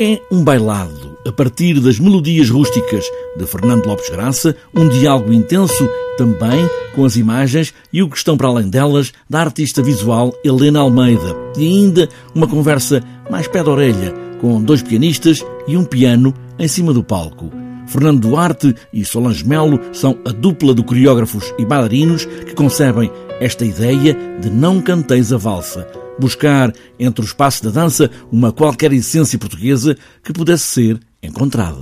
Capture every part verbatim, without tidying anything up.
É um bailado, a partir das melodias rústicas de Fernando Lopes Graça, um diálogo intenso também com as imagens e o que estão para além delas da artista visual Helena Almeida. E ainda uma conversa mais pé de orelha com dois pianistas e um piano em cima do palco. Fernando Duarte e Solange Melo são a dupla de coreógrafos e bailarinos que concebem esta ideia de Não Canteis a Valsa. Buscar entre o espaço da dança uma qualquer essência portuguesa que pudesse ser encontrada.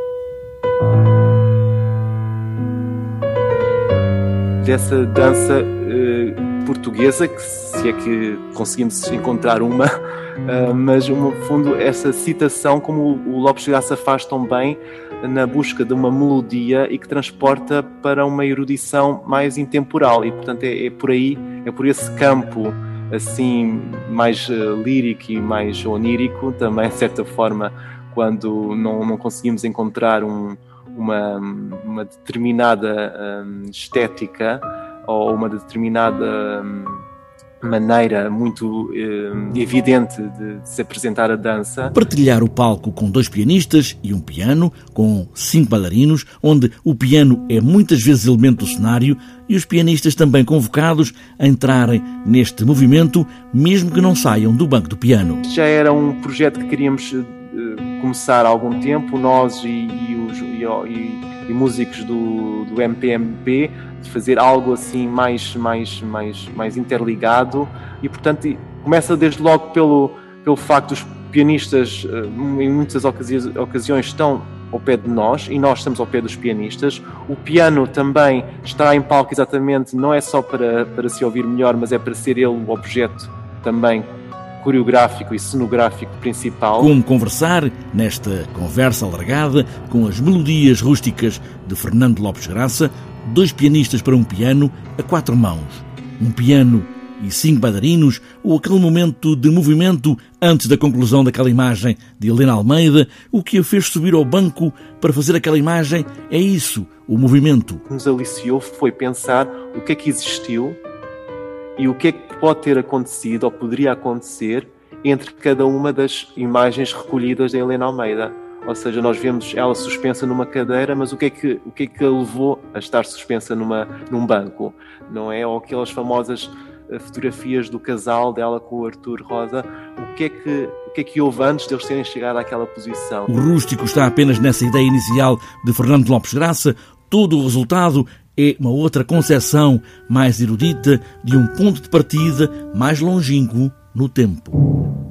Dessa dança eh, portuguesa, que se é que conseguimos encontrar uma, eh, mas no fundo essa citação, como o Lopes Graça faz tão bem, na busca de uma melodia e que transporta para uma erudição mais intemporal, e portanto é, é por aí, é por esse campo assim mais uh, lírico e mais onírico também, de certa forma, quando não, não conseguimos encontrar um, uma, uma determinada um, estética ou uma determinada um, maneira muito um, evidente de, de se apresentar a dança. Partilhar o palco com dois pianistas e um piano, com cinco bailarinos, onde o piano é muitas vezes elemento do cenário e os pianistas também convocados a entrarem neste movimento, mesmo que não saiam do banco do piano. Já era um projeto que queríamos uh, começar há algum tempo, nós e, e, os, e, e, e músicos do, do M P M B, de fazer algo assim mais, mais, mais, mais interligado, e portanto começa desde logo pelo, pelo facto dos pianistas uh, em muitas ocasiões, ocasiões estão ao pé de nós e nós estamos ao pé dos pianistas. O piano também está em palco exatamente, não é só para, para se ouvir melhor, mas é para ser ele o objeto também coreográfico e cenográfico principal. Como conversar nesta conversa alargada com as melodias rústicas de Fernando Lopes Graça, dois pianistas para um piano a quatro mãos. Um piano e cinco bailarinos, ou aquele momento de movimento antes da conclusão daquela imagem de Helena Almeida, o que a fez subir ao banco para fazer aquela imagem é isso, o movimento. O que nos aliciou foi pensar o que é que existiu e o que é que pode ter acontecido ou poderia acontecer entre cada uma das imagens recolhidas da Helena Almeida. Ou seja, nós vemos ela suspensa numa cadeira, mas o que é que, o que, é que a levou a estar suspensa numa, num banco? Não é? Ou aquelas famosas fotografias do casal dela com o Artur Rosa. O que é que, o que é que houve antes deles terem chegado àquela posição? O rústico está apenas nessa ideia inicial de Fernando Lopes Graça. Todo o resultado é uma outra concepção mais erudita de um ponto de partida mais longínquo no tempo.